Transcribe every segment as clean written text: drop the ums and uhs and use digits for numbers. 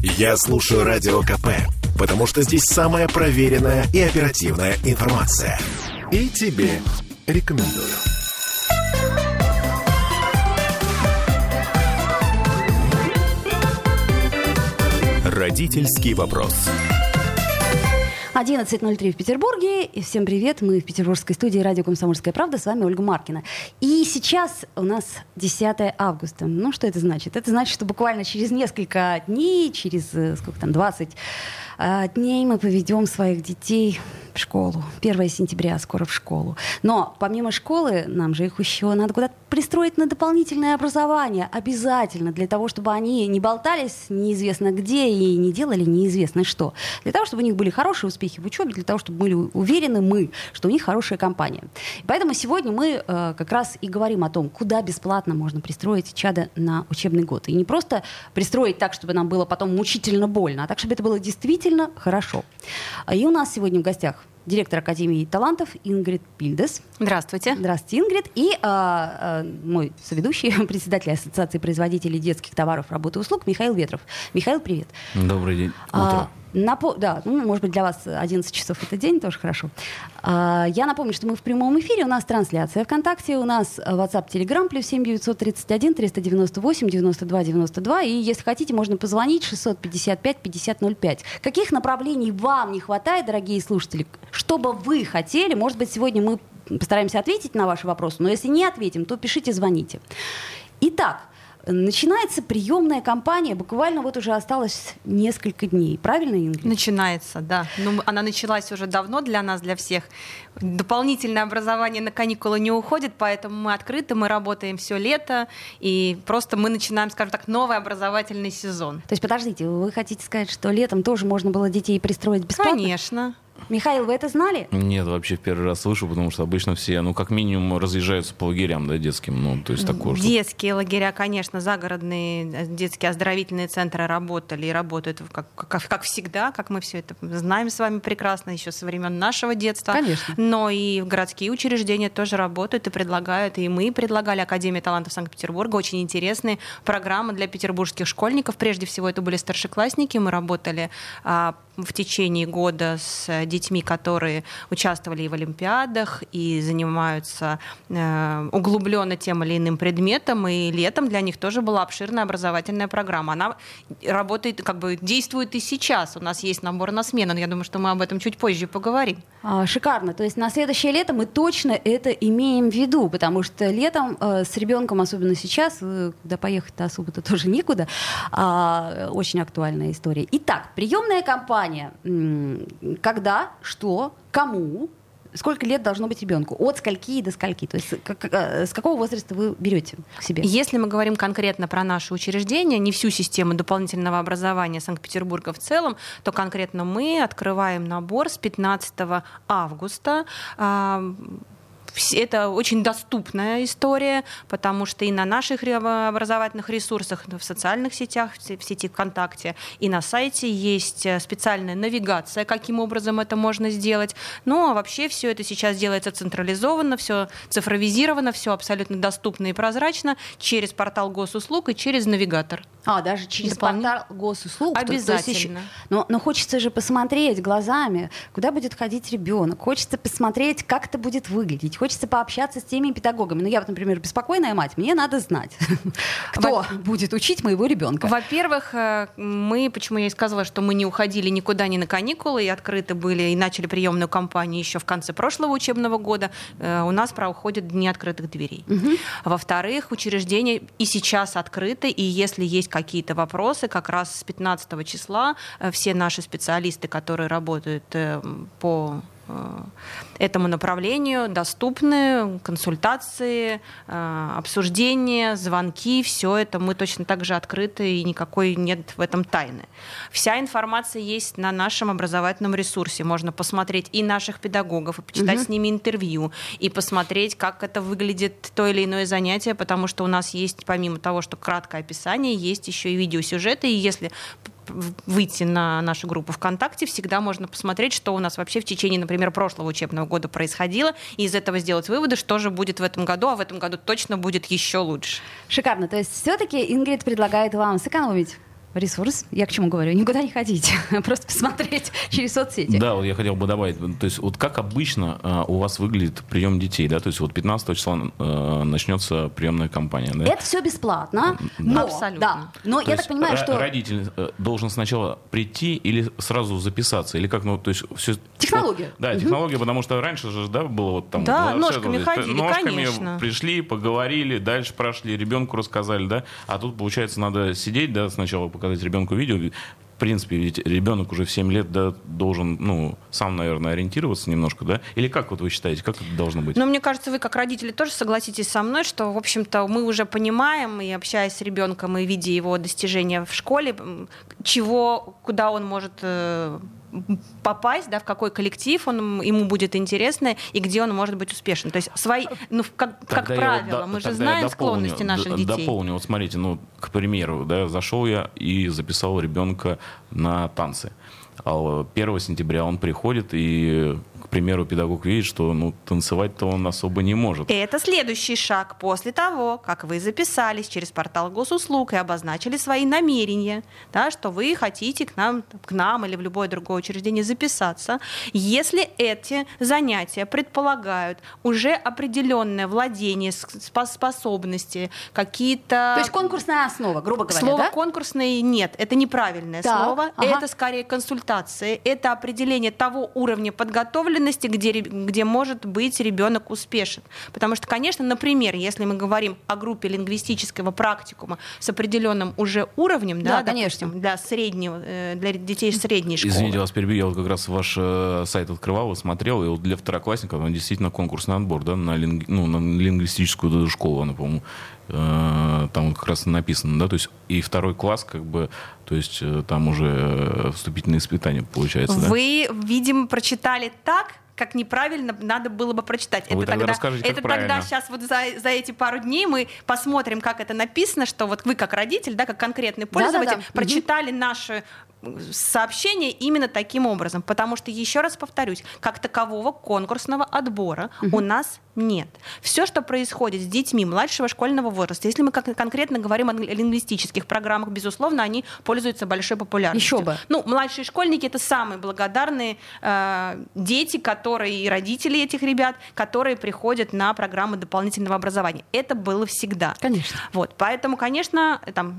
Я слушаю Радио КП, потому что здесь самая проверенная и оперативная информация. И тебе рекомендую. Родительский вопрос. 11:03 в Петербурге. И всем привет. Мы в петербургской студии радио «Комсомольская правда». С вами Ольга Маркина. И сейчас у нас 10 августа. Ну, что это значит? Это значит, что буквально через несколько дней, через 20 дней мы поведем своих детей в школу. 1 сентября скоро в школу. Но помимо школы, нам же их еще надо куда-то пристроить на дополнительное образование. Обязательно. Для того, чтобы они не болтались неизвестно где и не делали неизвестно что. Для того, чтобы у них были хорошие успехи в учебе, для того, чтобы были уверены что у них хорошая компания. И поэтому сегодня мы как раз и говорим о том, куда бесплатно можно пристроить чадо на учебный год. И не просто пристроить так, чтобы нам было потом мучительно больно, а так, чтобы это было действительно хорошо. И у нас сегодня в гостях директор Академии талантов Ингрид Пильдес. Здравствуйте. Здравствуйте, Ингрид. И мой соведущий, председатель Ассоциации производителей детских товаров, работы и услуг Михаил Ветров. Михаил, привет. Добрый день. Утро. Может быть, для вас 11 часов это день, тоже хорошо. Я напомню, что мы в прямом эфире, у нас трансляция ВКонтакте, у нас WhatsApp, Telegram, +7 931 398 92 92. И если хотите, можно позвонить 655 50 05. Каких направлений вам не хватает, дорогие слушатели? Что бы вы хотели? Может быть, сегодня мы постараемся ответить на ваши вопросы, но если не ответим, то пишите, звоните. Итак, начинается приемная кампания, буквально вот уже осталось несколько дней. Правильно, Ингрид? Начинается, да. Но она началась уже давно для нас, для всех. Дополнительное образование на каникулы не уходит, поэтому мы открыты, мы работаем все лето, и просто мы начинаем, скажем так, новый образовательный сезон. То есть, подождите, вы хотите сказать, что летом тоже можно было детей пристроить бесплатно? Конечно. Михаил, вы это знали? Нет, вообще в первый раз слышу, потому что обычно все, как минимум, разъезжаются по лагерям, да, детским, то есть такое. Детские лагеря, конечно, загородные детские оздоровительные центры работали и работают как всегда, как мы все это знаем с вами прекрасно, еще со времен нашего детства. Конечно. Но и городские учреждения тоже работают и предлагают, и мы предлагали Академии талантов Санкт-Петербурга очень интересные программы для петербургских школьников. Прежде всего, это были старшеклассники. Мы работали в течение года с детьми, которые участвовали и в олимпиадах, и занимаются углубленно тем или иным предметом, и летом для них тоже была обширная образовательная программа. Она работает, действует и сейчас. У нас есть набор на смену, но я думаю, что мы об этом чуть позже поговорим. Шикарно. То есть на следующее лето мы точно это имеем в виду, потому что летом с ребенком, особенно сейчас, куда поехать-то особо-то тоже некуда, очень актуальная история. Итак, приемная кампания. Когда, что, кому, сколько лет должно быть ребенку? От скольки до скольки? То есть с какого возраста вы берете к себе? Если мы говорим конкретно про наше учреждение, не всю систему дополнительного образования Санкт-Петербурга в целом, то конкретно мы открываем набор с 15 августа. Это очень доступная история, потому что и на наших образовательных ресурсах, в социальных сетях, в сети ВКонтакте, и на сайте есть специальная навигация, каким образом это можно сделать. Ну, а вообще все это сейчас делается централизованно, все цифровизировано, все абсолютно доступно и прозрачно через портал госуслуг и через навигатор. Даже через портал госуслуг? Обязательно. Но хочется же посмотреть глазами, куда будет ходить ребенок. Хочется посмотреть, как это будет выглядеть. Хочется пообщаться с теми педагогами. Я, например, беспокойная мать, мне надо знать, кто будет учить моего ребенка. Во-первых, почему я и сказала, что мы не уходили никуда ни на каникулы, и открыты были, и начали приемную кампанию еще в конце прошлого учебного года, у нас проходят дни открытых дверей. Во-вторых, учреждения и сейчас открыты, и если есть какие-то вопросы, как раз с 15 числа все наши специалисты, которые работают по этому направлению, доступны консультации, обсуждения, звонки, все это мы точно так же открыты, и никакой нет в этом тайны. Вся информация есть на нашем образовательном ресурсе. Можно посмотреть и наших педагогов, и почитать с ними интервью, и посмотреть, как это выглядит то или иное занятие, потому что у нас есть, помимо того, что краткое описание, есть еще и видеосюжеты, и если выйти на нашу группу ВКонтакте, всегда можно посмотреть, что у нас вообще в течение, например, прошлого учебного года происходило, и из этого сделать выводы, что же будет в этом году, а в этом году точно будет еще лучше. Шикарно. То есть все-таки Ингрид предлагает вам сэкономить ресурс. Я к чему говорю? Никуда не ходить, просто посмотреть через соцсети. Да, вот я хотел бы добавить. То есть вот как обычно у вас выглядит прием детей, да? То есть вот 15 числа начнется приемная кампания, да? Это все бесплатно, но, Абсолютно. Да, но я так понимаю, что... Родитель должен сначала прийти или сразу записаться? Или как, ну, то есть все... Технология. Да, технология, потому что раньше же, да, было вот там... Да, было ножками вот, ходили, конечно. Пришли, поговорили, дальше прошли, ребенку рассказали, да? А тут, получается, надо сидеть, да, сначала показать ребенку видео. В принципе, ведь ребенок уже в 7 лет, да, должен, ну, сам, наверное, ориентироваться немножко, да? Или как вот вы считаете, как это должно быть? Ну, мне кажется, вы как родители тоже согласитесь со мной, что, в общем-то, мы уже понимаем, и общаясь с ребенком, и видя его достижения в школе, куда он может попасть, да, в какой коллектив ему будет интересно и где он может быть успешен. То есть как правило, мы же знаем склонности наших детей. Дополню, вот смотрите, ну, к примеру, да, зашел я и записал ребенка на танцы. 1 сентября он приходит, и, к примеру, педагог видит, что, ну, танцевать-то он особо не может. Это следующий шаг после того, как вы записались через портал госуслуг и обозначили свои намерения, да, что вы хотите к нам или в любое другое учреждение записаться. Если эти занятия предполагают уже определенное владение, способности, какие-то... То есть конкурсная основа, грубо говоря, Слово да? «конкурсный» нет, это неправильное слово. Это скорее консультация, это определение того уровня подготовленности, где может быть ребенок успешен. Потому что, конечно, например, если мы говорим о группе лингвистического практикума с определенным уже уровнем, да, допустим, для детей средней школы. Извините, вас перебью, я вот как раз ваш сайт открывал и смотрел, и вот для второклассников он действительно конкурсный отбор, да, на лингвистическую школу, она, по-моему, там как раз написано, да, то есть и 2 класс, как бы, то есть там уже вступительные испытания, получается, да? Вы, видимо, прочитали так, как неправильно надо было бы прочитать. Вы тогда расскажите, как правильно. Тогда сейчас вот за эти пару дней мы посмотрим, как это написано, что вот вы как родитель, да, как конкретный пользователь, прочитали наше сообщение именно таким образом. Потому что, еще раз повторюсь, как такового конкурсного отбора у нас нет. Все, что происходит с детьми младшего школьного возраста, если мы конкретно говорим о лингвистических программах, безусловно, они пользуются большой популярностью. Еще бы. Ну, младшие школьники — это самые благодарные дети, и родители этих ребят, которые приходят на программы дополнительного образования. Это было всегда. Конечно. Вот, поэтому, конечно,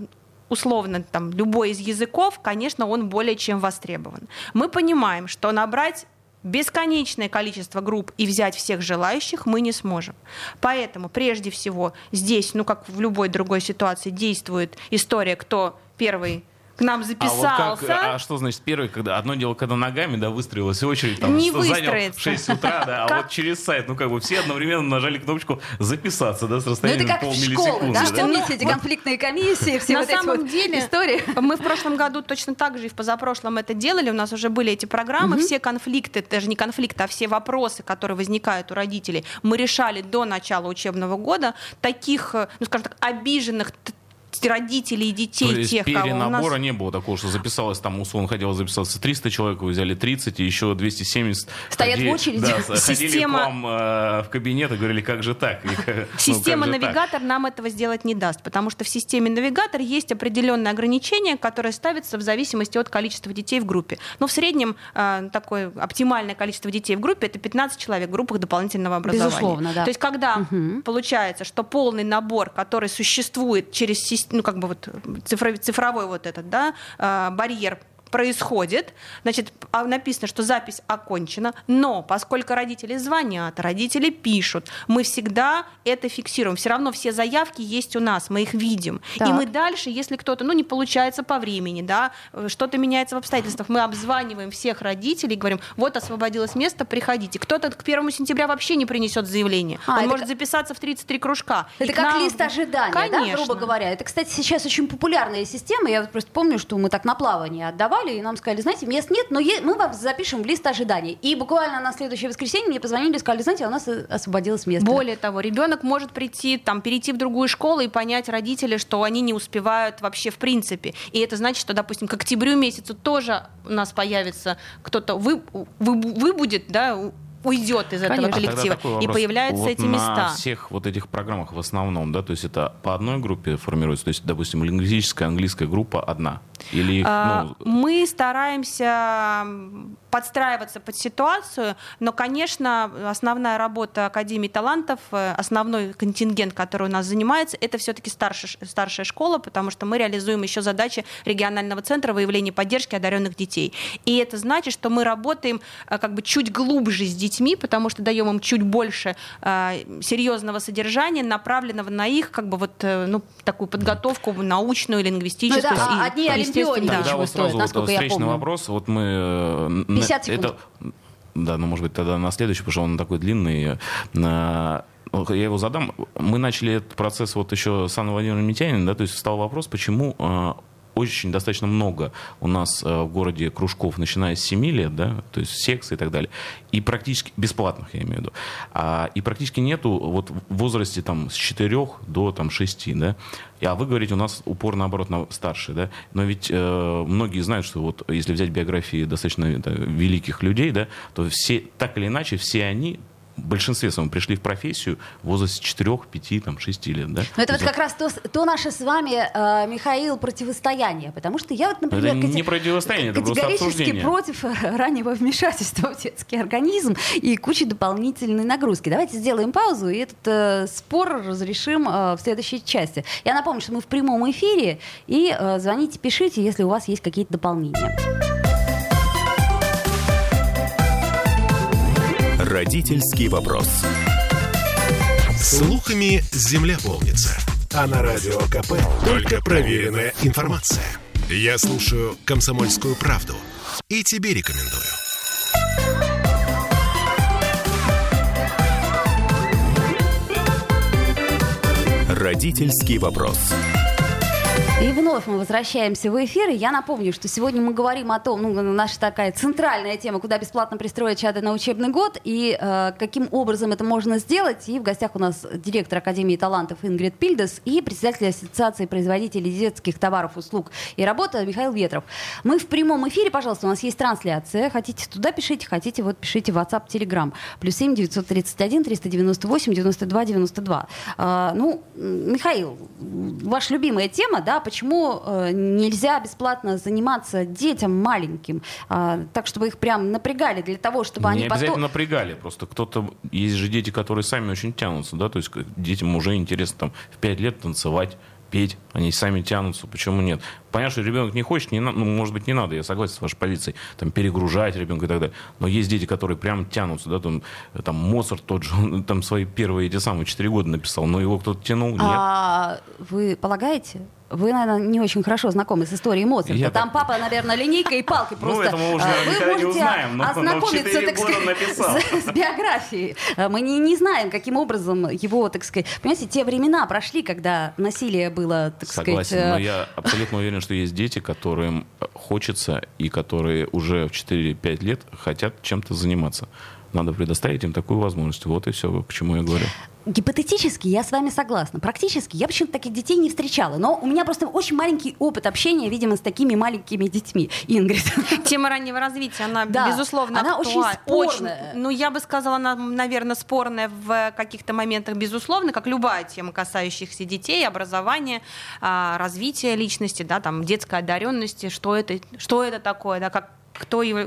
условно, любой из языков, конечно, он более чем востребован. Мы понимаем, что набрать бесконечное количество групп и взять всех желающих мы не сможем. Поэтому, прежде всего, здесь, как в любой другой ситуации, действует история, кто первый к нам записался. А что значит первый, когда одно дело, когда ногами, да, выстроилась очередь, там, не что занял в 6 утра, да, а вот через сайт, все одновременно нажали кнопочку записаться, да, с расстоянием полмиллисекунды. Да? Помните эти конфликтные комиссии, все вот эти вот истории? Мы в прошлом году точно так же и в позапрошлом это делали, у нас уже были эти программы, все конфликты, даже не конфликты, а все вопросы, которые возникают у родителей, мы решали до начала учебного года. Таких, скажем так, обиженных родителей и детей. То есть тех, перенабора не было такого, что записалось, там, условно, хотело записаться 300 человек, вы взяли 30, и еще 270 стоят в очереди. Да, ходили к вам в кабинет и говорили, как же так? Система «Навигатор» нам этого сделать не даст, потому что в системе «Навигатор» есть определенные ограничения, которые ставятся в зависимости от количества детей в группе. Но в среднем такое оптимальное количество детей в группе — это 15 человек в группах дополнительного образования. Безусловно, да. То есть когда получается, что полный набор, который существует через систему, цифровой вот этот, да, барьер происходит, значит, написано, что запись окончена, но поскольку родители звонят, родители пишут, мы всегда это фиксируем. Все равно все заявки есть у нас, мы их видим. Так. И мы дальше, если кто-то, не получается по времени, да, что-то меняется в обстоятельствах, мы обзваниваем всех родителей и говорим, вот освободилось место, приходите. Кто-то к 1 сентября вообще не принесет заявление. Он может записаться в 33 кружка. Это как лист ожидания, да, грубо говоря. Это, кстати, сейчас очень популярная система. Я просто помню, что мы так на плавание отдавали, и нам сказали, знаете, мест нет, но мы вас запишем в лист ожидания. И буквально на следующее воскресенье мне позвонили и сказали, знаете, у нас освободилось место. Более того, ребенок может перейти в другую школу и понять родители, что они не успевают вообще в принципе. И это значит, что, допустим, к октябрю месяцу тоже у нас появится кто-то выбудет, да, уйдет из этого коллектива, и появляются эти места. На всех вот этих программах в основном, да, то есть это по одной группе формируется, то есть, допустим, лингвистическая английская группа одна. Или, Мы стараемся подстраиваться под ситуацию, но, конечно, основная работа Академии талантов, основной контингент, который у нас занимается, это все-таки старшая школа, потому что мы реализуем еще задачи регионального центра выявления и поддержки одаренных детей. И это значит, что мы работаем как бы чуть глубже с детьми, потому что даем им чуть больше серьезного содержания, направленного на их как бы такую подготовку научную, лингвистическую. Одни олимпионики чего стоят, насколько я помню. Встречный вопрос. Вот мы... 50 секунд. Может быть, тогда на следующий, потому что он такой длинный. Я его задам. Мы начали этот процесс еще с Анной Владимировной Митяниной, да, то есть встал вопрос, почему очень достаточно много у нас в городе кружков, начиная с 7 лет, да, то есть секций и так далее, и практически бесплатных, я имею в виду, и практически нету в возрасте с 4 до 6, да, а вы говорите, у нас упор, наоборот, на старшие, да, но ведь многие знают, что если взять биографии достаточно великих людей, да, то все, так или иначе, все они в большинстве своем пришли в профессию в возрасте 4, 5, 6 лет. Да? Но это как раз то наше с вами, Михаил, противостояние. Потому что я, например, это не противостояние, это просто обсуждение. Против раннего вмешательства в детский организм и кучи дополнительной нагрузки. Давайте сделаем паузу и этот спор разрешим в следующей части. Я напомню, что мы в прямом эфире, и звоните, пишите, если у вас есть какие-то дополнения. Родительский вопрос. Слухами земля полнится. А на Радио КП только проверенная информация. Я слушаю «Комсомольскую правду» и тебе рекомендую. Родительский вопрос. И вновь мы возвращаемся в эфир. И я напомню, что сегодня мы говорим о том, наша такая центральная тема, куда бесплатно пристроить чады на учебный год и каким образом это можно сделать. И в гостях у нас директор Академии талантов Ингрид Пильдес и председатель Ассоциации производителей детских товаров, услуг и работы Михаил Ветров. Мы в прямом эфире, пожалуйста, у нас есть трансляция. Хотите туда пишите, хотите пишите в WhatsApp, Telegram. +7 931 398 92 92. Михаил, ваша любимая тема, да, почему нельзя бесплатно заниматься детям маленьким, так, чтобы их прям напрягали для того, чтобы они потом... Не обязательно напрягали, просто есть же дети, которые сами очень тянутся, да, то есть детям уже интересно в 5 лет танцевать, петь, они сами тянутся, почему нет? Понятно, что ребенок не хочет, может быть, не надо, я согласен с вашей позицией, перегружать ребенка и так далее. Но есть дети, которые прям тянутся, да, там Моцарт тот же, он свои первые 4 года написал, но его кто-то тянул, нет. Вы полагаете? Вы, наверное, не очень хорошо знакомы с историей Моцарта. Там папа, наверное, линейкой и палкой просто. Это мы уже никогда не узнаем, но в 4 года написал. С биографией. Мы не знаем, каким образом его, так сказать... Понимаете, те времена прошли, когда насилие было, так сказать... Согласен, но я абсолютно уверен, что есть дети, которым хочется и которые уже в 4-5 лет хотят чем-то заниматься. Надо предоставить им такую возможность. Вот и все, к чему я говорю. Гипотетически я с вами согласна. Практически я почему-то таких детей не встречала. Но у меня просто очень маленький опыт общения, видимо, с такими маленькими детьми. Ингрид. Тема раннего развития, она, безусловно, она очень спорная. Я бы сказала, она, наверное, спорная в каких-то моментах, безусловно, как любая тема, касающихся детей, образования, развития личности, да, детской одаренности, что это такое, да, кто его...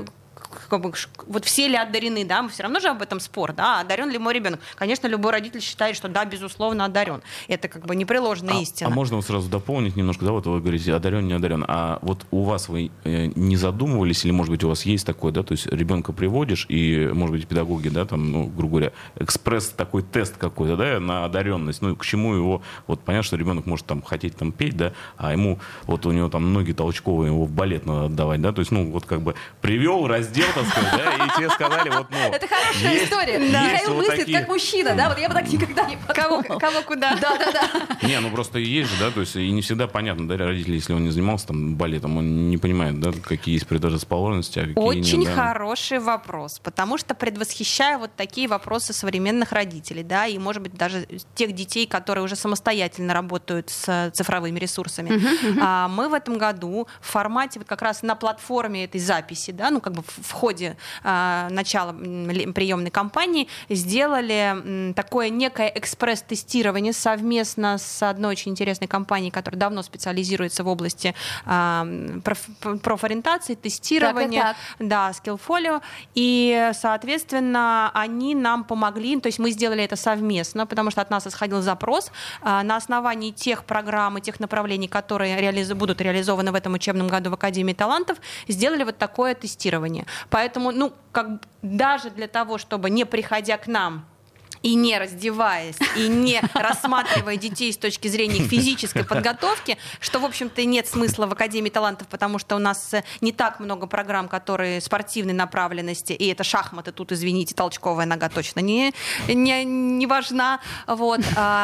Вот все ли одарены, да, мы все равно же об этом спор, да, одарен ли мой ребенок. Конечно, любой родитель считает, что да, безусловно, одарен. Это непреложная истина. А можно сразу дополнить немножко, да, вы говорите, одарен, не одарен. А вот у вас вы не задумывались, или, может быть, у вас есть такое, да, то есть ребенка приводишь, и, может быть, педагоги, да, грубо говоря, экспресс такой тест какой-то, да, на одаренность, к чему его, понятно, что ребенок может хотеть петь, да, а ему, у него ноги толчковые, его в балет надо отдавать, да, то есть, привел, раздел, так сказать, да, и тебе сказали, это хорошая история. Михаил мыслит как мужчина, да, я бы так никогда не подумала. Кого куда? Да. Не, просто есть же, да, то есть, и не всегда понятно, да, родители, если он не занимался балетом, он не понимает, да, какие есть предрасположенности, а какие нет. Очень хороший вопрос, потому что предвосхищаю такие вопросы современных родителей, да, и, может быть, даже тех детей, которые уже самостоятельно работают с цифровыми ресурсами. Мы в этом году в формате как раз на платформе этой записи, да, в ходе начала приемной кампании сделали такое некое экспресс-тестирование совместно с одной очень интересной компанией, которая давно специализируется в области профориентации, тестирования, да, Skillfolio. И, соответственно, они нам помогли, то есть мы сделали это совместно, потому что от нас исходил запрос на основании тех программ и тех направлений, которые будут реализованы в этом учебном году в Академии талантов, сделали вот такое тестирование. Поэтому, даже для того, чтобы, не приходя к нам и не раздеваясь, и не рассматривая детей с точки зрения их физической подготовки, что, в общем-то, нет смысла в Академии талантов, потому что у нас не так много программ, которые спортивной направленности, и это шахматы, тут, извините, толчковая нога точно не важна. Вот.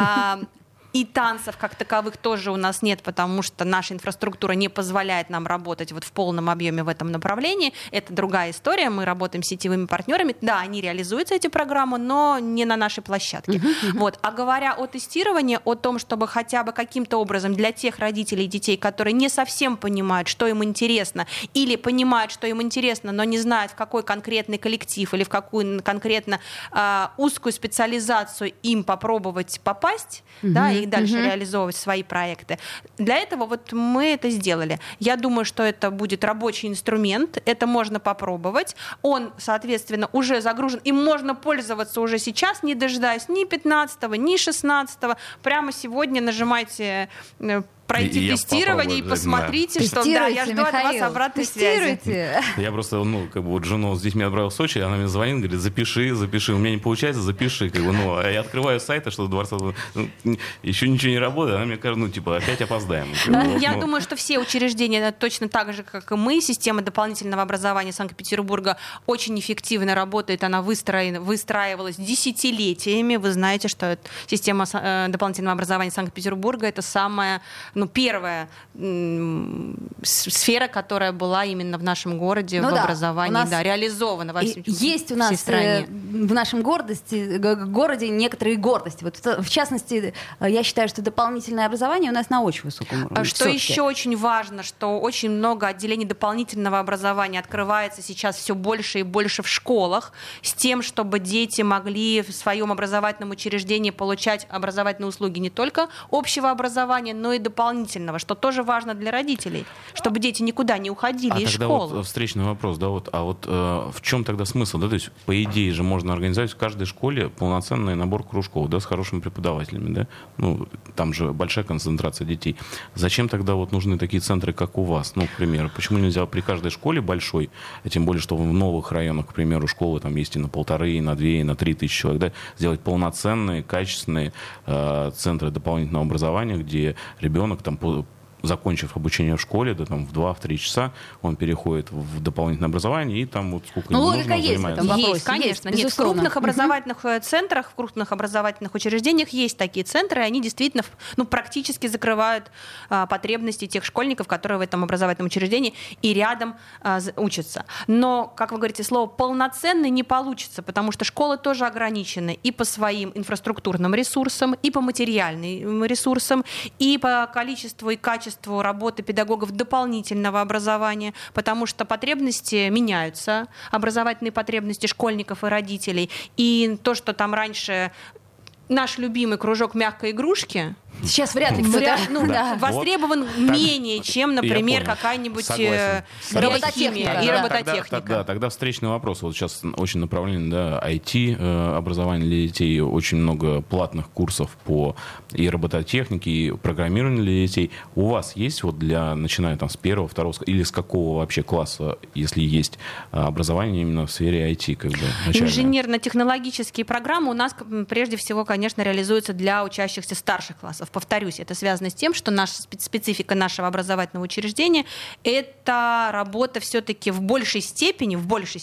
И танцев как таковых тоже у нас нет, потому что наша инфраструктура не позволяет нам работать вот в полном объеме в этом направлении. Это другая история. Мы работаем с сетевыми партнерами. Да, они реализуются, эти программы, но не на нашей площадке. Вот. А говоря о тестировании, о том, чтобы хотя бы каким-то образом для тех родителей и детей, которые не совсем понимают, что им интересно, или понимают, что им интересно, но не знают, в какой конкретный коллектив или в какую конкретно узкую специализацию им попробовать попасть, да, и дальше реализовывать свои проекты. Для этого вот мы это сделали. Я думаю, что это будет рабочий инструмент, это можно попробовать. Он, соответственно, уже загружен, им можно пользоваться уже сейчас, не дожидаясь ни 15-го, ни 16-го. Прямо сегодня нажимайте пройти тестирование и посмотрите, что да, я жду от вас обратной связи. Я просто, вот жену с детьми отправил в Сочи, она мне звонит, говорит, запиши, у меня не получается, запиши. Я открываю сайт, что Дворца, еще ничего не работает, она мне говорит, опять опоздаем. Я думаю, что все учреждения, точно так же, как и мы, система дополнительного образования Санкт-Петербурга очень эффективно работает, она выстраивалась десятилетиями. Вы знаете, что система дополнительного образования Санкт-Петербурга — это самая первая сфера, которая была именно в нашем городе в образовании, реализована во всей стране. Есть у нас в нашем городе некоторые гордости. Вот, в частности, я считаю, что дополнительное образование у нас на очень высоком уровне. Что еще очень важно, что очень много отделений дополнительного образования открывается сейчас все больше и больше в школах, с тем, чтобы дети могли в своем образовательном учреждении получать образовательные услуги не только общего образования, но и дополнительного, что тоже важно для родителей, чтобы дети никуда не уходили из школы. А тогда вот встречный вопрос, в чем тогда смысл? Да? То есть, по идее же, можно организовать в каждой школе полноценный набор кружков, да, с хорошими преподавателями, да? Там же большая концентрация детей. Зачем тогда нужны такие центры, как у вас? К примеру, почему нельзя при каждой школе большой, тем более, что в новых районах, к примеру, школы там есть и на 1,5, и на 2, и на 3 тысячи человек, да, сделать полноценные, качественные центры дополнительного образования, где ребенок, закончив обучение в школе, в 2-3 часа, он переходит в дополнительное образование, и там сколько ему нужно, занимается. Есть, конечно. Нет, в крупных образовательных центрах, в крупных образовательных учреждениях есть такие центры, и они действительно практически закрывают потребности тех школьников, которые в этом образовательном учреждении и рядом учатся. Но, как вы говорите, слово «полноценный» не получится, потому что школы тоже ограничены и по своим инфраструктурным ресурсам, и по материальным ресурсам, и по количеству и качеству работы педагогов дополнительного образования, потому что потребности меняются, образовательные потребности школьников и родителей. И то, что там раньше наш любимый кружок мягкой игрушки, сейчас вряд ли востребован менее, чем, например, какая-нибудь робототехника. И робототехника. Тогда встречный вопрос. Вот сейчас очень направление, IT, образование для детей, очень много платных курсов по и робототехнике, и программированию для детей. У вас есть начиная с 1, 2 или с какого вообще класса, если есть образование именно в сфере IT? Инженерно-технологические программы у нас прежде всего, конечно, реализуются для учащихся старших классов. Повторюсь, это связано с тем, что специфика нашего образовательного учреждения — это работа все-таки в большей степени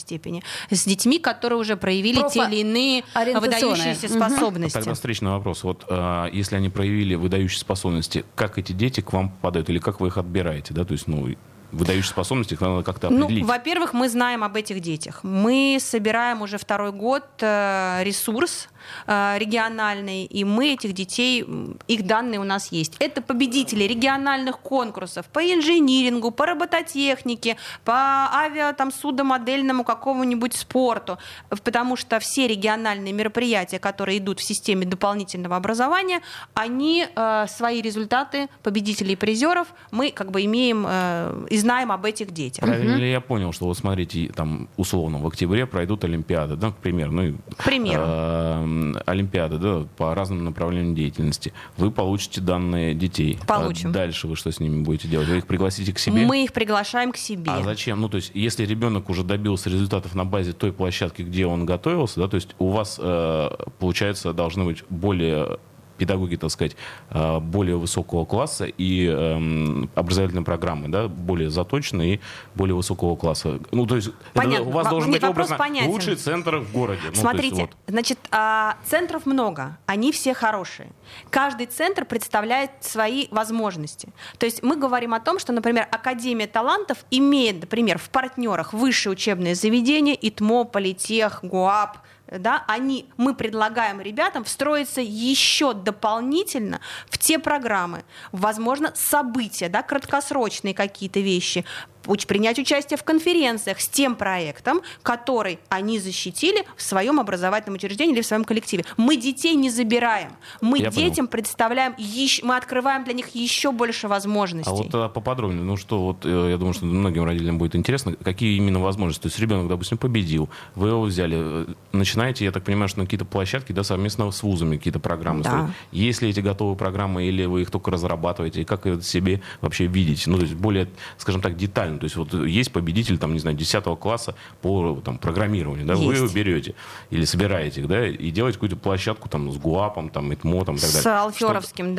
с детьми, которые уже проявили те или иные выдающиеся способности. Тогда встречный вопрос. Если они проявили выдающиеся способности, как эти дети к вам попадают или как вы их отбираете? Да? То есть, выдающиеся способности, их надо как-то определить. Во-первых, мы знаем об этих детях. Мы собираем уже второй год ресурс региональный, и мы этих детей, их данные у нас есть. Это победители региональных конкурсов по инжинирингу, по робототехнике, по судомодельному какому-нибудь спорту, потому что все региональные мероприятия, которые идут в системе дополнительного образования, они свои результаты победителей и призеров мы имеем и знаем об этих детях. Правильно ли я понял, что смотрите, там условно в октябре пройдут Олимпиады, к примеру, Олимпиады, по разным направлениям деятельности. Вы получите данные детей. Получим. Дальше вы что с ними будете делать? Вы их пригласите к себе? Мы их приглашаем к себе. А зачем? То есть, если ребенок уже добился результатов на базе той площадки, где он готовился, то есть у вас, получается, должны быть более педагоги, так сказать, более высокого класса и образовательные программы, более заточенные и более высокого класса. То есть у вас должен быть образно лучший центр в городе. Смотрите, центров много, они все хорошие. Каждый центр представляет свои возможности. То есть мы говорим о том, что, например, Академия талантов имеет, например, в партнерах высшие учебные заведения, ИТМО, Политех, ГУАП, мы предлагаем ребятам встроиться еще дополнительно в те программы, возможно, события, краткосрочные какие-то вещи, принять участие в конференциях с тем проектом, который они защитили в своем образовательном учреждении или в своем коллективе. Мы детей не забираем. Мы детям представляем, мы открываем для них еще больше возможностей. А поподробнее, я думаю, что многим родителям будет интересно, какие именно возможности. То есть ребенок, допустим, победил, вы его взяли, начинаете, я так понимаю, что на какие-то площадки, совместно с вузами какие-то программы строить. Есть ли эти готовые программы, или вы их только разрабатываете, и как это себе вообще видите? То есть более, скажем так, детально. То есть есть победитель, 10 класса по программированию, вы его берете или собираете их, и делаете какую-то площадку с ГУАПом, ИТМО, и так далее. С Алферовским,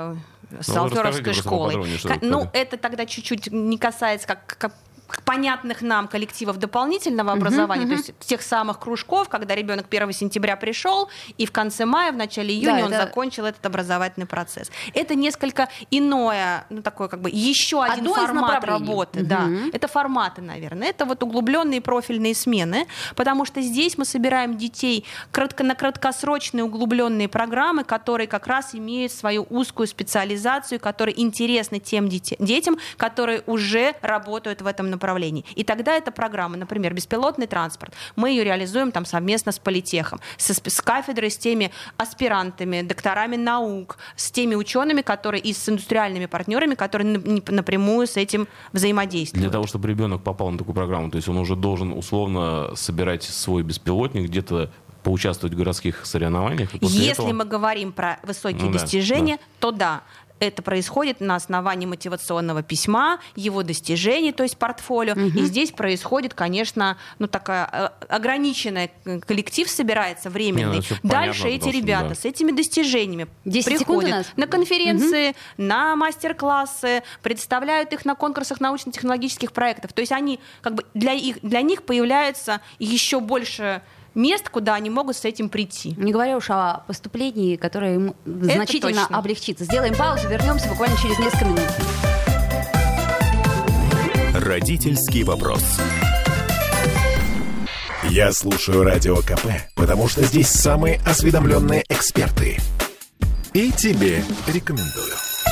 с Алферовской школой. Это тогда чуть-чуть не касается как понятных нам коллективов дополнительного образования, то есть тех самых кружков, когда ребенок 1 сентября пришел, и в конце мая, в начале июня он закончил этот образовательный процесс. Это несколько иное, еще один формат работы. Это форматы, наверное. Это углубленные профильные смены, потому что здесь мы собираем детей на краткосрочные углубленные программы, которые как раз имеют свою узкую специализацию, которые интересны тем детям, которые уже работают в этом направлении. И тогда эта программа, например, беспилотный транспорт, мы ее реализуем совместно с Политехом, с кафедрой, с теми аспирантами, докторами наук, с теми учеными, и с индустриальными партнерами, которые напрямую с этим взаимодействуют. Для того, чтобы ребенок попал на такую программу, то есть он уже должен условно собирать свой беспилотник, где-то поучаствовать в городских соревнованиях? Если мы говорим про высокие достижения, то да. Это происходит на основании мотивационного письма, его достижений, то есть портфолио. И здесь происходит, конечно, такая ограниченная коллектив собирается временный. Дальше эти ребята с этими достижениями приходят на конференции, на мастер-классы, представляют их на конкурсах научно-технологических проектов. То есть они для них появляется еще больше мест, куда они могут с этим прийти. Не говоря уж о поступлении, которое им значительно облегчится. Сделаем паузу, вернемся буквально через несколько минут. Родительский вопрос. Я слушаю Радио КП, потому что здесь самые осведомленные эксперты. И тебе рекомендую.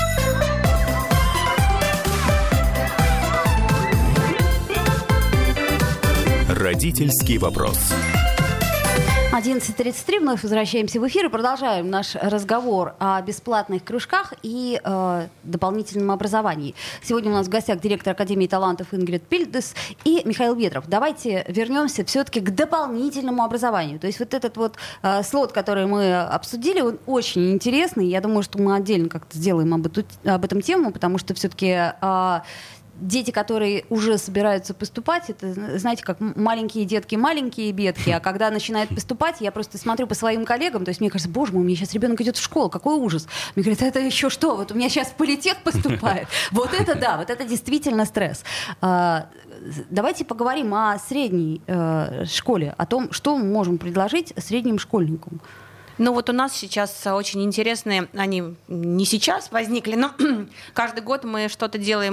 Родительский вопрос. 11:33, вновь возвращаемся в эфир и продолжаем наш разговор о бесплатных кружках и дополнительном образовании. Сегодня у нас в гостях директор Академии талантов Ингрид Пильдес и Михаил Ветров. Давайте вернемся все-таки к дополнительному образованию. То есть этот слот, который мы обсудили, он очень интересный. Я думаю, что мы отдельно как-то сделаем об этом тему, потому что все-таки дети, которые уже собираются поступать, это, знаете, как маленькие детки, маленькие бедки, а когда начинают поступать, я просто смотрю по своим коллегам, то есть мне кажется, боже мой, у меня сейчас ребенок идет в школу, какой ужас. Мне говорят, это еще что, у меня сейчас в Политех поступает. Вот это действительно стресс. Давайте поговорим о средней школе, о том, что мы можем предложить средним школьникам. У нас сейчас очень интересные, они не сейчас возникли, но каждый год мы что-то делаем и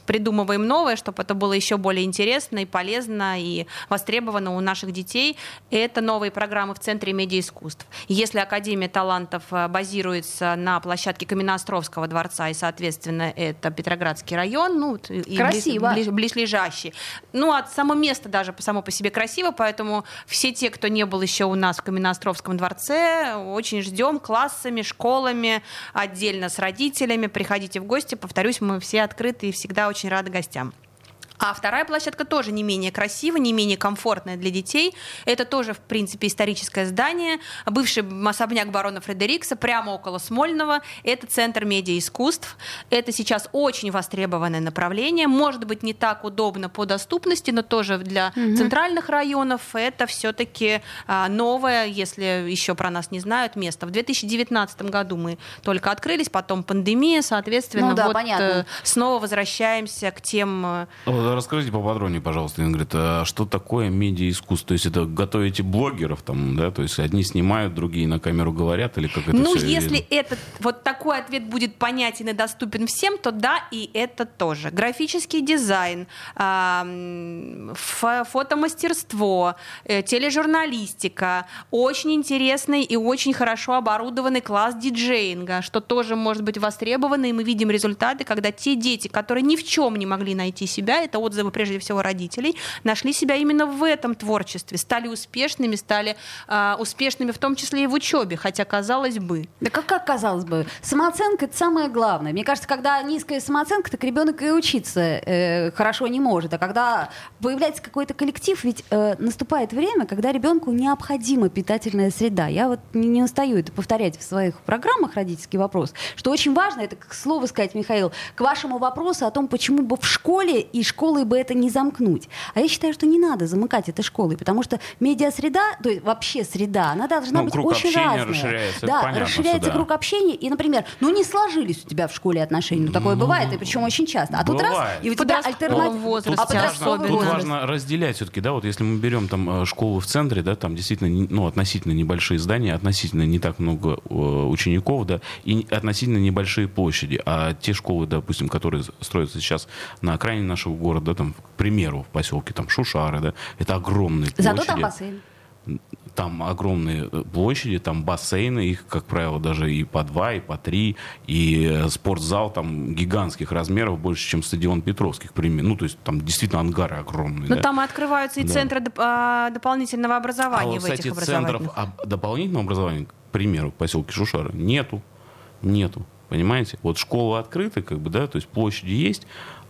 придумываем новое, чтобы это было еще более интересно и полезно, и востребовано у наших детей. Это новые программы в Центре медиаискусств. Если Академия талантов базируется на площадке Каменноостровского дворца, и, соответственно, это Петроградский район, ну, и близлежащий. Ну, а само место даже само по себе красиво, поэтому все те, кто не был еще у нас в Каменноостровском дворце, очень ждем классами, школами, отдельно с родителями. Приходите в гости. Повторюсь, мы все открыты и всегда очень рады гостям. А вторая площадка тоже не менее красивая, не менее комфортная для детей. Это тоже, в принципе, историческое здание. Бывший особняк барона Фредерикса, прямо около Смольного. Это Центр медиаискусств. Это сейчас очень востребованное направление. Может быть, не так удобно по доступности, но тоже для центральных районов это все-таки новое, если еще про нас не знают, место. В 2019 году мы только открылись, потом пандемия, соответственно, снова возвращаемся к тем... Расскажите поподробнее, пожалуйста, Ингрид, а что такое медиаискусство? То есть это готовите блогеров, там, да? То есть одни снимают, другие на камеру говорят, или как это Ну, все если этот вот такой ответ будет понятен и доступен всем, то да, и это тоже. Графический дизайн, фотомастерство, тележурналистика, очень интересный и очень хорошо оборудованный класс диджеинга, что тоже может быть востребовано, и мы видим результаты, когда те дети, которые ни в чем не могли найти себя, это отзывы прежде всего родителей, нашли себя именно в этом творчестве, стали успешными, успешными в том числе и в учебе, хотя казалось бы. Да как казалось бы? Самооценка — это самое главное. Мне кажется, когда низкая самооценка, так ребенок и учиться хорошо не может. А когда появляется какой-то коллектив, ведь наступает время, когда ребенку необходима питательная среда. Я вот не устаю это повторять в своих программах «Родительский вопрос», что очень важно, это, к слову сказать, Михаил, к вашему вопросу о том, почему бы в школе и школой бы это не замкнуть. А я считаю, что не надо замыкать это школой, потому что медиасреда, то есть вообще среда, она должна быть очень разная. Расширяется, да, понятно, расширяется круг общения, и, например, не сложились у тебя в школе отношения, такое бывает, и причем очень часто. А тут раз, и у тебя альтернатива. Тут важно разделять все-таки, да, вот если мы берем там школу в центре, да, там действительно, относительно небольшие здания, относительно не так много учеников, да, и относительно небольшие площади. А те школы, допустим, которые строятся сейчас на окраине нашего города, да, там, к примеру, в поселке там Шушары, да, это огромные площади. Зато там бассейн. Там огромные площади, там бассейны, их, как правило, даже и по 2, и по 3, и спортзал там гигантских размеров, больше, чем стадион Петровских, примерно. Ну, то есть там действительно ангары огромные. Но да? там открываются и центры дополнительного образования в этих образованиях. Центров дополнительного образования, к примеру, в поселке Шушары, нету. Понимаете? Вот школы открыты, как бы, да, то есть площади есть,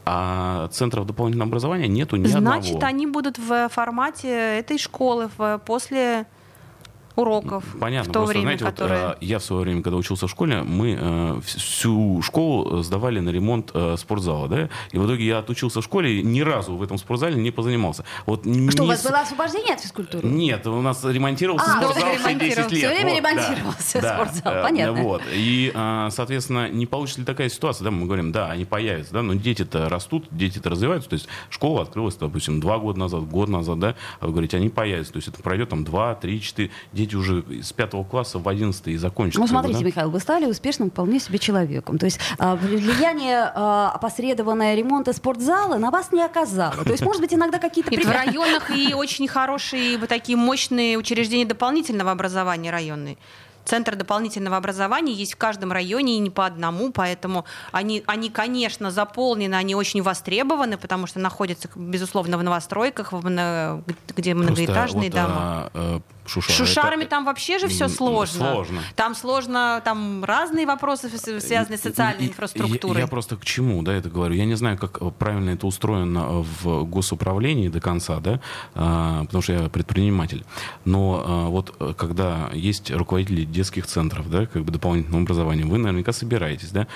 а центров дополнительного образования нету ни одного. Значит, они будут в формате этой школы после уроков. Понятно, в то просто, время, знаете, которое... я в свое время, когда учился в школе, мы всю школу сдавали на ремонт спортзала, да, и в итоге я отучился в школе, ни разу в этом спортзале не позанимался. Вот что, у вас было освобождение от физкультуры? Нет, у нас ремонтировался спортзал все 10 лет. Все время ремонтировался спортзал, понятно. Вот. И, соответственно, не получится ли такая ситуация, да, мы говорим, да, они появятся, да, но дети-то растут, дети-то развиваются, то есть школа открылась, допустим, 2 года назад, год назад, да, а вы говорите, они появятся, то есть это пройдет там 2, 3, 4, дети уже с 5 класса в 11 и закончат. Ну, смотрите, Михаил, вы стали успешным вполне себе человеком. То есть влияние опосредованное ремонта спортзала на вас не оказало. То есть, может быть, иногда какие-то... Нет, в районах и очень хорошие, такие мощные учреждения дополнительного образования районные. Центр дополнительного образования есть в каждом районе и не по одному, поэтому они, конечно, заполнены, они очень востребованы, потому что находятся, безусловно, в новостройках, где многоэтажные дома. С Шушарами там вообще же все сложно. Там сложно, там разные вопросы, связанные с социальной инфраструктурой. Я просто к чему, да, это говорю. Я не знаю, как правильно это устроено в госуправлении до конца, да, потому что я предприниматель. Но вот когда есть руководители детских центров, да, как бы дополнительного образования, вы наверняка собираетесь, да,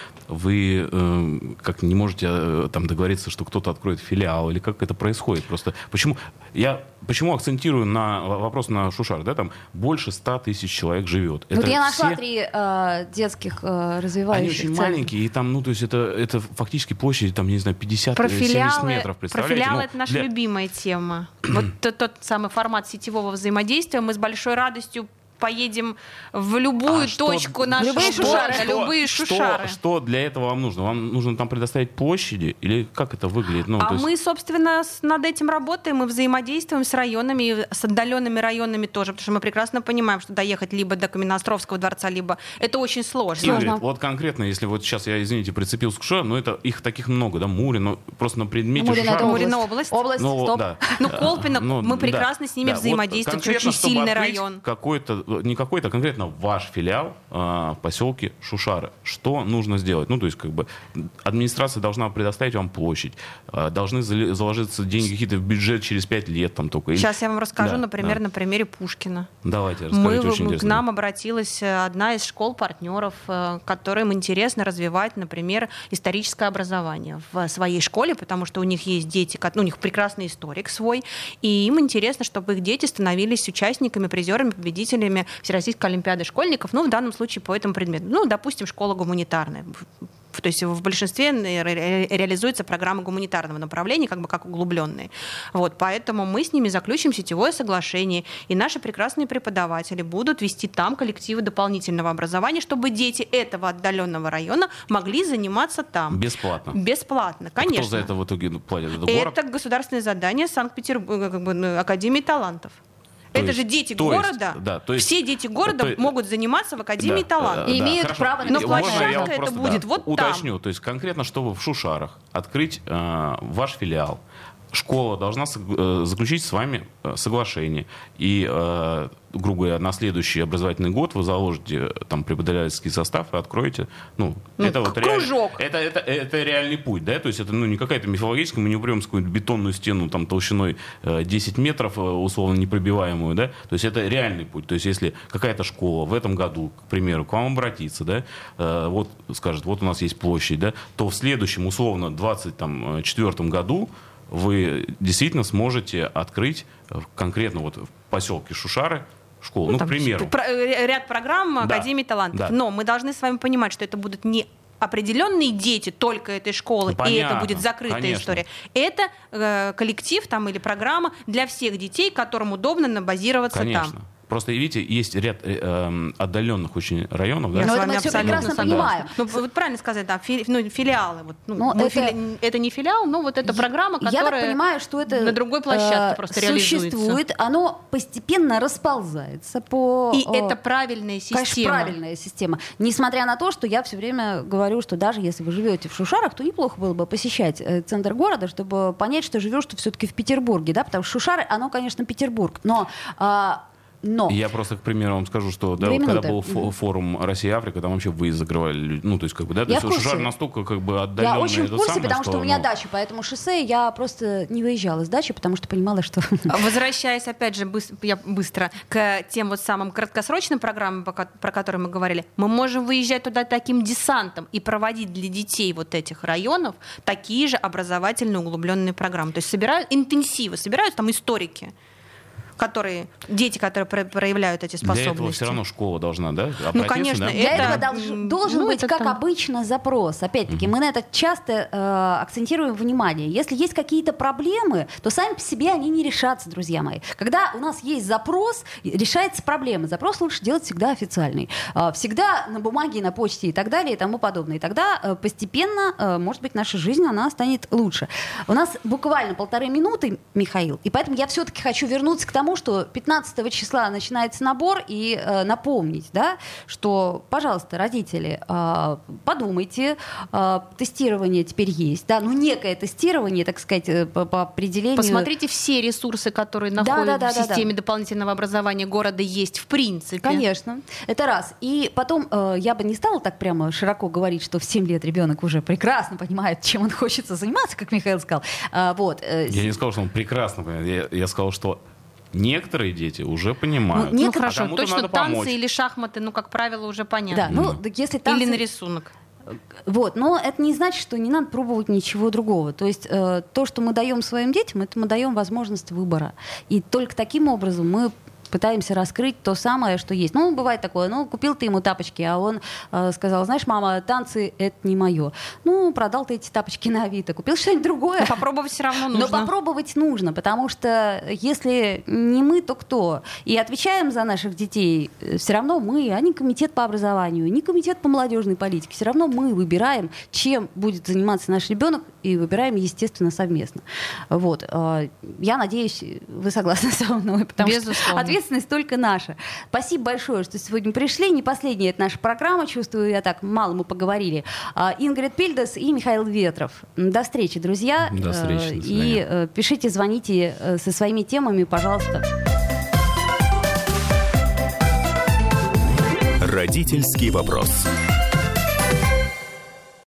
вы как не можете там договориться, что кто-то откроет филиал, или как это происходит просто. Почему акцентирую на вопрос на Шушар? Да, там больше 100 тысяч человек живет. Вот я нашла 3 детских развивающих Они очень центра. маленькие, и там, ну, то есть это фактически площадь, там, не знаю, 50-70 метров, представляете? Про филиалы это наша любимая тема. Вот тот самый формат сетевого взаимодействия мы с большой радостью поедем в любую точку нашего города, любые шушары. Что для этого вам нужно? Вам нужно там предоставить площади? Или как это выглядит? Мы, собственно, над этим работаем, мы взаимодействуем с районами, и с отдаленными районами тоже, потому что мы прекрасно понимаем, что доехать либо до Каменноостровского дворца, либо это очень сложно. Игорь, вот конкретно, если вот сейчас я, извините, прицепился к Шушарам, но это их таких много, да, Мурин, просто на предмете Шушар. Мурина область. Стоп. Да. Колпино, мы прекрасно с ними взаимодействуем, вот очень сильный район. Не какой-то, конкретно ваш филиал в поселке Шушары. Что нужно сделать? То есть, администрация должна предоставить вам площадь, должны заложиться деньги какие-то в бюджет через 5 лет там только. Сейчас я вам расскажу, например, на примере Пушкина. Давайте, расскажите, очень интересно. К нам обратилась одна из школ-партнеров, которым интересно развивать, например, историческое образование в своей школе, потому что у них есть дети, у них прекрасный историк свой, и им интересно, чтобы их дети становились участниками, призерами, победителями Всероссийской олимпиады школьников, в данном случае по этому предмету. Допустим, школа гуманитарная. То есть в большинстве реализуется программа гуманитарного направления, как углубленные. Поэтому мы с ними заключим сетевое соглашение, и наши прекрасные преподаватели будут вести там коллективы дополнительного образования, чтобы дети этого отдаленного района могли заниматься там. Бесплатно? Бесплатно, конечно. Кто за это в итоге платит? Это город? Это государственное задание Санкт-Петербурга, Академии талантов. Это же дети города. Все дети города могут заниматься в Академии талантов. И имеют право на бесплатно. Но площадка это будет вот там. Уточню, то есть конкретно, чтобы в Шушарах открыть ваш филиал, школа должна заключить с вами соглашение. И, грубо говоря, на следующий образовательный год вы заложите там преподавательский состав и откроете. Это кружок. Это реальный путь, да? То есть это не какая-то мифологическая, мы не упрем с какую-нибудь бетонную стену там толщиной 10 метров, условно непробиваемую, да? То есть это реальный путь. То есть если какая-то школа в этом году, к примеру, к вам обратится, да, скажет, у нас есть площадь, да, то в следующем, условно, 2024 году вы действительно сможете открыть конкретно в поселке Шушары школу. К примеру. Ряд программ Академии талантов. Да. Но мы должны с вами понимать, что это будут не определенные дети только этой школы, и это будет закрытая история. Это коллектив или программа для всех детей, которым удобно базироваться там. Просто, видите, есть ряд отдаленных очень районов. Да? Но это мы все прекрасно понимаем. Вы правильно сказали, филиалы. Это не филиал, но это программа, которая я так понимаю, что это на другой площадке просто реализуется. Существует, оно постепенно расползается по... И это правильная система. Конечно, правильная система. Несмотря на то, что я все время говорю, что даже если вы живете в Шушарах, то неплохо было бы посещать центр города, чтобы понять, что живешь ты все-таки в Петербурге, да, потому что Шушары, оно, конечно, Петербург, но я просто, к примеру, вам скажу, что когда был форум Россия-Африка, там вообще выезд закрывали. То есть, то есть Шушары настолько отдаленные. Я очень в курсе, потому что у меня дача, поэтому шоссе я просто не выезжала с дачи, потому что понимала, что... Возвращаясь, опять же, быстро к тем самым краткосрочным программам, про которые мы говорили, мы можем выезжать туда таким десантом и проводить для детей этих районов такие же образовательные углубленные программы. То есть собираются там историки, дети, которые проявляют эти способности. Для этого все равно школа должна, обратиться, конечно. Да? Для этого должен быть, как обычно, запрос. Опять-таки, мы на это часто акцентируем внимание. Если есть какие-то проблемы, то сами по себе они не решатся, друзья мои. Когда у нас есть запрос, решается проблема. Запрос лучше делать всегда официальный. Всегда на бумаге, на почте и так далее, и тому подобное. И тогда постепенно, может быть, наша жизнь, она станет лучше. У нас буквально 1,5 минуты, Михаил, и поэтому я все-таки хочу вернуться к тому, что 15 числа начинается набор, и напомнить, что, пожалуйста, родители, подумайте, тестирование теперь есть, некое тестирование, так сказать, по определению. Посмотрите все ресурсы, которые находятся в системе дополнительного образования города, есть в принципе. Конечно, это раз. И потом я бы не стала так прямо широко говорить, что в 7 лет ребенок уже прекрасно понимает, чем он хочет заниматься, как Михаил сказал. Я не сказал, что он прекрасно понимает, я сказал, что некоторые дети уже понимают. Хорошо, точно танцы или шахматы, как правило, уже понятно. Да, если танцы... Или на рисунок. Но это не значит, что не надо пробовать ничего другого. То есть то, что мы даем своим детям, это мы даем возможность выбора. И только таким образом мы пытаемся раскрыть то самое, что есть. Ну, бывает такое, ну, купил ты ему тапочки, а он сказал, знаешь, мама, танцы — это не мое. Ну, продал ты эти тапочки на Авито, купил что-нибудь другое. Но попробовать все равно нужно. Но попробовать нужно, потому что если не мы, то кто? И отвечаем за наших детей все равно мы, а не комитет по образованию, не комитет по молодежной политике. Все равно мы выбираем, чем будет заниматься наш ребенок, и выбираем, естественно, совместно. Вот. Я надеюсь, вы согласны со мной, потому Безусловно. что ответственность только наша. Спасибо большое, что сегодня пришли. Не последняя это наша программа. Чувствую, я так мало мы поговорили. Ингрид Пильдес и Михаил Ветров. До встречи, друзья. До встречи. До и пишите, звоните со своими темами, пожалуйста. Родительский вопрос.